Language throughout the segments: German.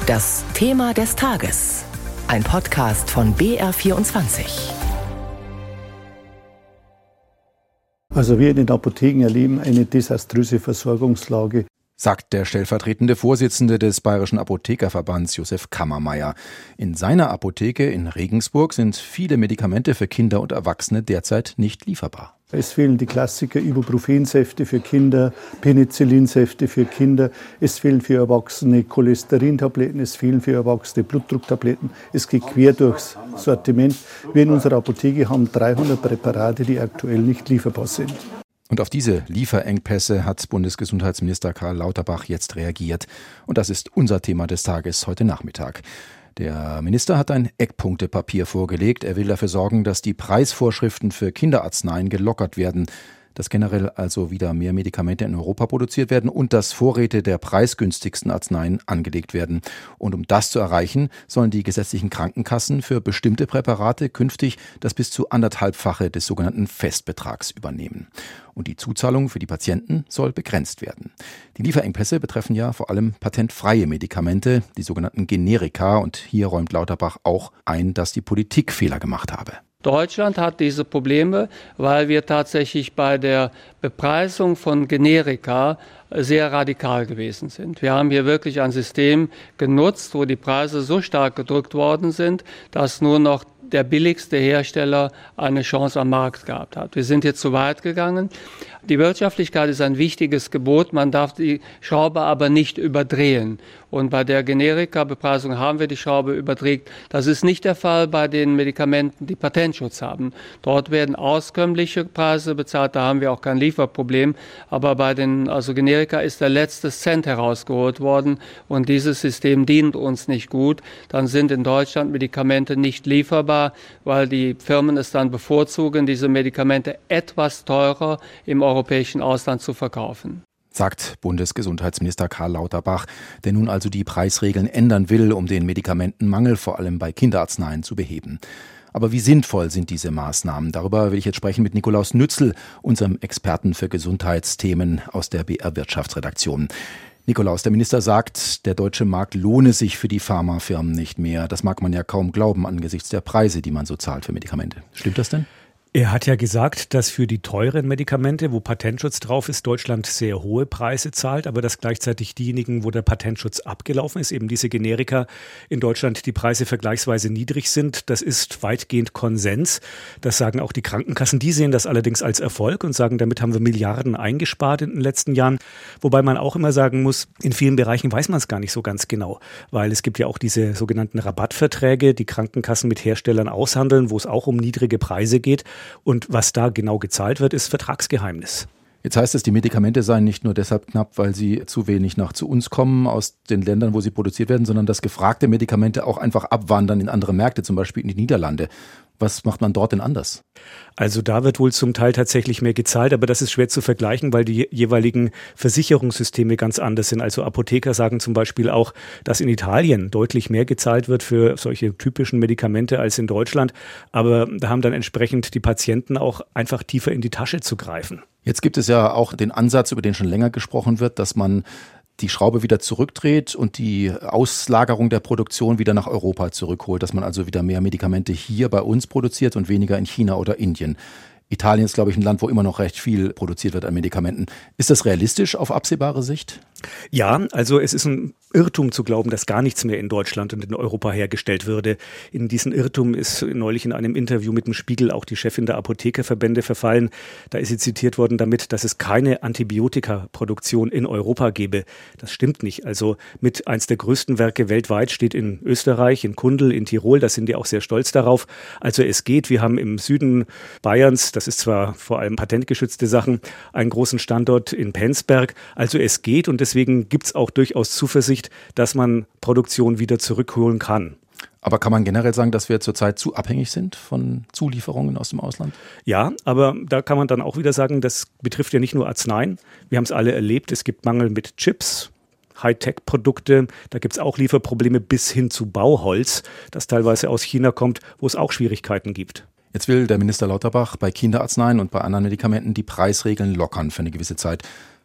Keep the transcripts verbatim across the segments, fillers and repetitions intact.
Das Thema des Tages. Ein Podcast von B R vierundzwanzig. Also wir in den Apotheken erleben eine desaströse Versorgungslage, sagt der stellvertretende Vorsitzende des Bayerischen Apothekerverbands, Josef Kammermeier. In seiner Apotheke in Regensburg sind viele Medikamente für Kinder und Erwachsene derzeit nicht lieferbar. Es fehlen die Klassiker Ibuprofensäfte für Kinder, Penicillinsäfte für Kinder, es fehlen für Erwachsene Cholesterintabletten, es fehlen für Erwachsene Blutdrucktabletten. Es geht quer durchs Sortiment. Wir in unserer Apotheke haben dreihundert Präparate, die aktuell nicht lieferbar sind. Und auf diese Lieferengpässe hat Bundesgesundheitsminister Karl Lauterbach jetzt reagiert. Und das ist unser Thema des Tages heute Nachmittag. Der Minister hat ein Eckpunktepapier vorgelegt. Er will dafür sorgen, dass die Preisvorschriften für Kinderarzneien gelockert werden, dass generell also wieder mehr Medikamente in Europa produziert werden und dass Vorräte der preisgünstigsten Arzneien angelegt werden. Und um das zu erreichen, sollen die gesetzlichen Krankenkassen für bestimmte Präparate künftig das bis zu anderthalbfache des sogenannten Festbetrags übernehmen. Und die Zuzahlung für die Patienten soll begrenzt werden. Die Lieferengpässe betreffen ja vor allem patentfreie Medikamente, die sogenannten Generika. Und hier räumt Lauterbach auch ein, dass die Politik Fehler gemacht habe. Deutschland hat diese Probleme, weil wir tatsächlich bei der Bepreisung von Generika sehr radikal gewesen sind. Wir haben hier wirklich ein System genutzt, wo die Preise so stark gedrückt worden sind, dass nur noch der billigste Hersteller eine Chance am Markt gehabt hat. Wir sind jetzt zu weit gegangen. Die Wirtschaftlichkeit ist ein wichtiges Gebot, man darf die Schraube aber nicht überdrehen. Und bei der Generika-Bepreisung haben wir die Schraube überdreht. Das ist nicht der Fall bei den Medikamenten, die Patentschutz haben. Dort werden auskömmliche Preise bezahlt, da haben wir auch kein Lieferproblem. Aber bei den also Generika ist der letzte Cent herausgeholt worden und dieses System dient uns nicht gut. Dann sind in Deutschland Medikamente nicht lieferbar, weil die Firmen es dann bevorzugen, diese Medikamente etwas teurer im europäischen Ausland zu verkaufen. Sagt Bundesgesundheitsminister Karl Lauterbach, der nun also die Preisregeln ändern will, um den Medikamentenmangel vor allem bei Kinderarzneien zu beheben. Aber wie sinnvoll sind diese Maßnahmen? Darüber will ich jetzt sprechen mit Nikolaus Nützel, unserem Experten für Gesundheitsthemen aus der B R Wirtschaftsredaktion. Nikolaus, der Minister sagt, der deutsche Markt lohne sich für die Pharmafirmen nicht mehr. Das mag man ja kaum glauben angesichts der Preise, die man so zahlt für Medikamente. Stimmt das denn? Er hat ja gesagt, dass für die teuren Medikamente, wo Patentschutz drauf ist, Deutschland sehr hohe Preise zahlt, aber dass gleichzeitig diejenigen, wo der Patentschutz abgelaufen ist, eben diese Generika, in Deutschland die Preise vergleichsweise niedrig sind. Das ist weitgehend Konsens. Das sagen auch die Krankenkassen. Die sehen das allerdings als Erfolg und sagen, damit haben wir Milliarden eingespart in den letzten Jahren. Wobei man auch immer sagen muss, in vielen Bereichen weiß man es gar nicht so ganz genau, weil es gibt ja auch diese sogenannten Rabattverträge, die Krankenkassen mit Herstellern aushandeln, wo es auch um niedrige Preise geht. Und was da genau gezahlt wird, ist Vertragsgeheimnis. Jetzt heißt es, die Medikamente seien nicht nur deshalb knapp, weil sie zu wenig nach zu uns kommen aus den Ländern, wo sie produziert werden, sondern dass gefragte Medikamente auch einfach abwandern in andere Märkte, zum Beispiel in die Niederlande. Was macht man dort denn anders? Also da wird wohl zum Teil tatsächlich mehr gezahlt, aber das ist schwer zu vergleichen, weil die jeweiligen Versicherungssysteme ganz anders sind. Also Apotheker sagen zum Beispiel auch, dass in Italien deutlich mehr gezahlt wird für solche typischen Medikamente als in Deutschland. Aber da haben dann entsprechend die Patienten auch einfach tiefer in die Tasche zu greifen. Jetzt gibt es ja auch den Ansatz, über den schon länger gesprochen wird, dass man die Schraube wieder zurückdreht und die Auslagerung der Produktion wieder nach Europa zurückholt, dass man also wieder mehr Medikamente hier bei uns produziert und weniger in China oder Indien. Italien ist, glaube ich, ein Land, wo immer noch recht viel produziert wird an Medikamenten. Ist das realistisch auf absehbare Sicht? Ja, also es ist ein Irrtum zu glauben, dass gar nichts mehr in Deutschland und in Europa hergestellt würde. In diesen Irrtum ist neulich in einem Interview mit dem Spiegel auch die Chefin der Apothekerverbände verfallen. Da ist sie zitiert worden damit, dass es keine Antibiotikaproduktion in Europa gäbe. Das stimmt nicht. Also mit eins der größten Werke weltweit steht in Österreich, in Kundl, in Tirol. Da sind die auch sehr stolz darauf. Also es geht. Wir haben im Süden Bayerns, das ist zwar vor allem patentgeschützte Sachen, einen großen Standort in Penzberg. Also es geht und deswegen gibt es auch durchaus Zuversicht, dass man Produktion wieder zurückholen kann. Aber kann man generell sagen, dass wir zurzeit zu abhängig sind von Zulieferungen aus dem Ausland? Ja, aber da kann man dann auch wieder sagen, das betrifft ja nicht nur Arzneien. Wir haben es alle erlebt, es gibt Mangel mit Chips, Hightech-Produkte. Da gibt es auch Lieferprobleme bis hin zu Bauholz, das teilweise aus China kommt, wo es auch Schwierigkeiten gibt. Jetzt will der Minister Lauterbach bei Kinderarzneien und bei anderen Medikamenten die Preisregeln lockern für eine gewisse Zeit.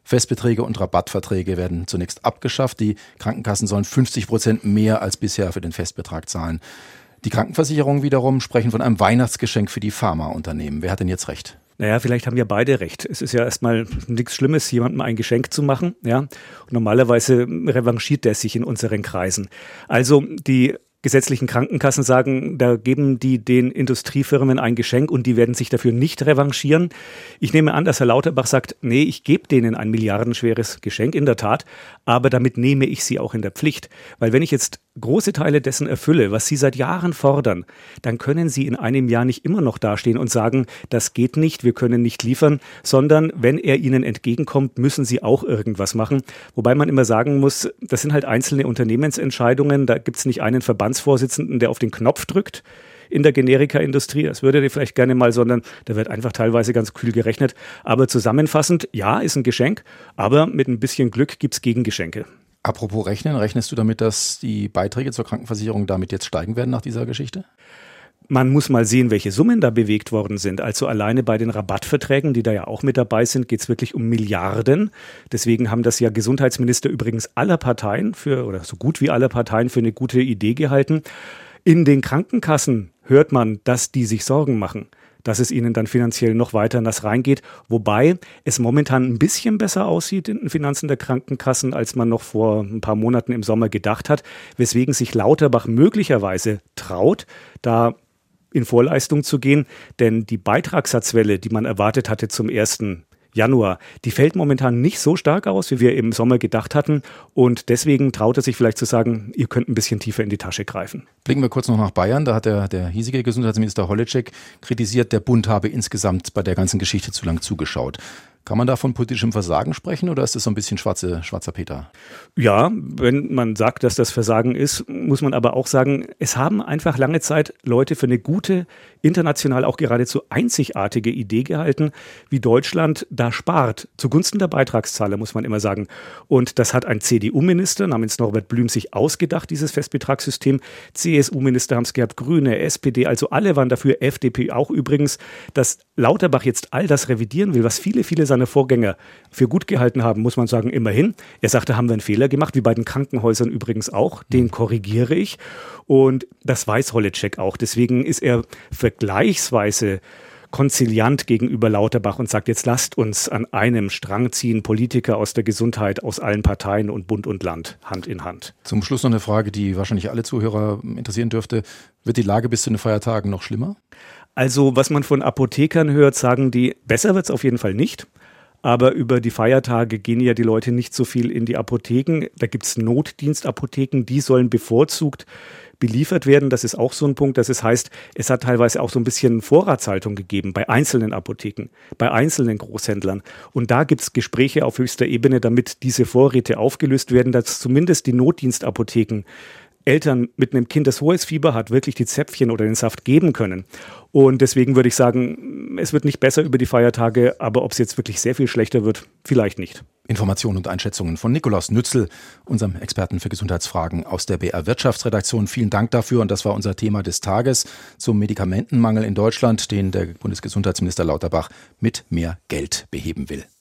Festbeträge und Rabattverträge werden zunächst abgeschafft. Die Krankenkassen sollen fünfzig Prozent mehr als bisher für den Festbetrag zahlen. Die Krankenversicherungen wiederum sprechen von einem Weihnachtsgeschenk für die Pharmaunternehmen. Wer hat denn jetzt recht? Naja, vielleicht haben wir beide recht. Es ist ja erstmal nichts Schlimmes, jemandem ein Geschenk zu machen. Ja? Und normalerweise revanchiert der sich in unseren Kreisen. Also die gesetzlichen Krankenkassen sagen, da geben die den Industriefirmen ein Geschenk und die werden sich dafür nicht revanchieren. Ich nehme an, dass Herr Lauterbach sagt, nee, ich gebe denen ein milliardenschweres Geschenk, in der Tat, aber damit nehme ich sie auch in der Pflicht. Weil wenn ich jetzt große Teile dessen erfülle, was sie seit Jahren fordern, dann können sie in einem Jahr nicht immer noch dastehen und sagen, das geht nicht, wir können nicht liefern, sondern wenn er ihnen entgegenkommt, müssen sie auch irgendwas machen. Wobei man immer sagen muss, das sind halt einzelne Unternehmensentscheidungen, da gibt es nicht einen Verbandsvorsitzenden, der auf den Knopf drückt in der Generika-Industrie, das würde er vielleicht gerne mal, sondern da wird einfach teilweise ganz kühl gerechnet. Aber zusammenfassend, ja, ist ein Geschenk, aber mit ein bisschen Glück gibt es Gegengeschenke. Apropos Rechnen, rechnest du damit, dass die Beiträge zur Krankenversicherung damit jetzt steigen werden nach dieser Geschichte? Man muss mal sehen, welche Summen da bewegt worden sind. Also alleine bei den Rabattverträgen, die da ja auch mit dabei sind, geht es wirklich um Milliarden. Deswegen haben das ja Gesundheitsminister übrigens aller Parteien für, oder so gut wie alle Parteien für eine gute Idee gehalten. In den Krankenkassen hört man, dass die sich Sorgen machen, dass es ihnen dann finanziell noch weiter nass reingeht. Wobei es momentan ein bisschen besser aussieht in den Finanzen der Krankenkassen, als man noch vor ein paar Monaten im Sommer gedacht hat. Weswegen sich Lauterbach möglicherweise traut, da in Vorleistung zu gehen. Denn die Beitragssatzwelle, die man erwartet hatte zum ersten Januar, die fällt momentan nicht so stark aus, wie wir im Sommer gedacht hatten. Und deswegen traut er sich vielleicht zu sagen, ihr könnt ein bisschen tiefer in die Tasche greifen. Blicken wir kurz noch nach Bayern. Da hat der, der hiesige Gesundheitsminister Holleczek kritisiert, der Bund habe insgesamt bei der ganzen Geschichte zu lang zugeschaut. Kann man da von politischem Versagen sprechen oder ist das so ein bisschen schwarze, schwarzer Peter? Ja, wenn man sagt, dass das Versagen ist, muss man aber auch sagen, es haben einfach lange Zeit Leute für eine gute, international auch geradezu einzigartige Idee gehalten, wie Deutschland da spart. Zugunsten der Beitragszahler, muss man immer sagen. Und das hat ein C D U-Minister namens Norbert Blüm sich ausgedacht, dieses Festbetragssystem. C S U-Minister haben es gehabt, Grüne, S P D, also alle waren dafür, F D P auch übrigens, dass Lauterbach jetzt all das revidieren will, was viele, viele seine Vorgänger für gut gehalten haben, muss man sagen, immerhin. Er sagte, haben wir einen Fehler gemacht, wie bei den Krankenhäusern übrigens auch. Den korrigiere ich. Und das weiß Holleczek auch. Deswegen ist er vergleichsweise konziliant gegenüber Lauterbach und sagt, jetzt lasst uns an einem Strang ziehen, Politiker aus der Gesundheit, aus allen Parteien und Bund und Land, Hand in Hand. Zum Schluss noch eine Frage, die wahrscheinlich alle Zuhörer interessieren dürfte. Wird die Lage bis zu den Feiertagen noch schlimmer? Also, was man von Apothekern hört, sagen die, besser wird es auf jeden Fall nicht. Aber über die Feiertage gehen ja die Leute nicht so viel in die Apotheken. Da gibt es Notdienstapotheken, die sollen bevorzugt beliefert werden. Das ist auch so ein Punkt, dass es heißt, es hat teilweise auch so ein bisschen Vorratshaltung gegeben bei einzelnen Apotheken, bei einzelnen Großhändlern. Und da gibt es Gespräche auf höchster Ebene, damit diese Vorräte aufgelöst werden, dass zumindest die Notdienstapotheken Eltern mit einem Kind, das hohes Fieber hat, wirklich die Zäpfchen oder den Saft geben können. Und deswegen würde ich sagen, es wird nicht besser über die Feiertage, aber ob es jetzt wirklich sehr viel schlechter wird, vielleicht nicht. Informationen und Einschätzungen von Nikolaus Nützel, unserem Experten für Gesundheitsfragen aus der B R Wirtschaftsredaktion. Vielen Dank dafür und das war unser Thema des Tages zum Medikamentenmangel in Deutschland, den der Bundesgesundheitsminister Lauterbach mit mehr Geld beheben will.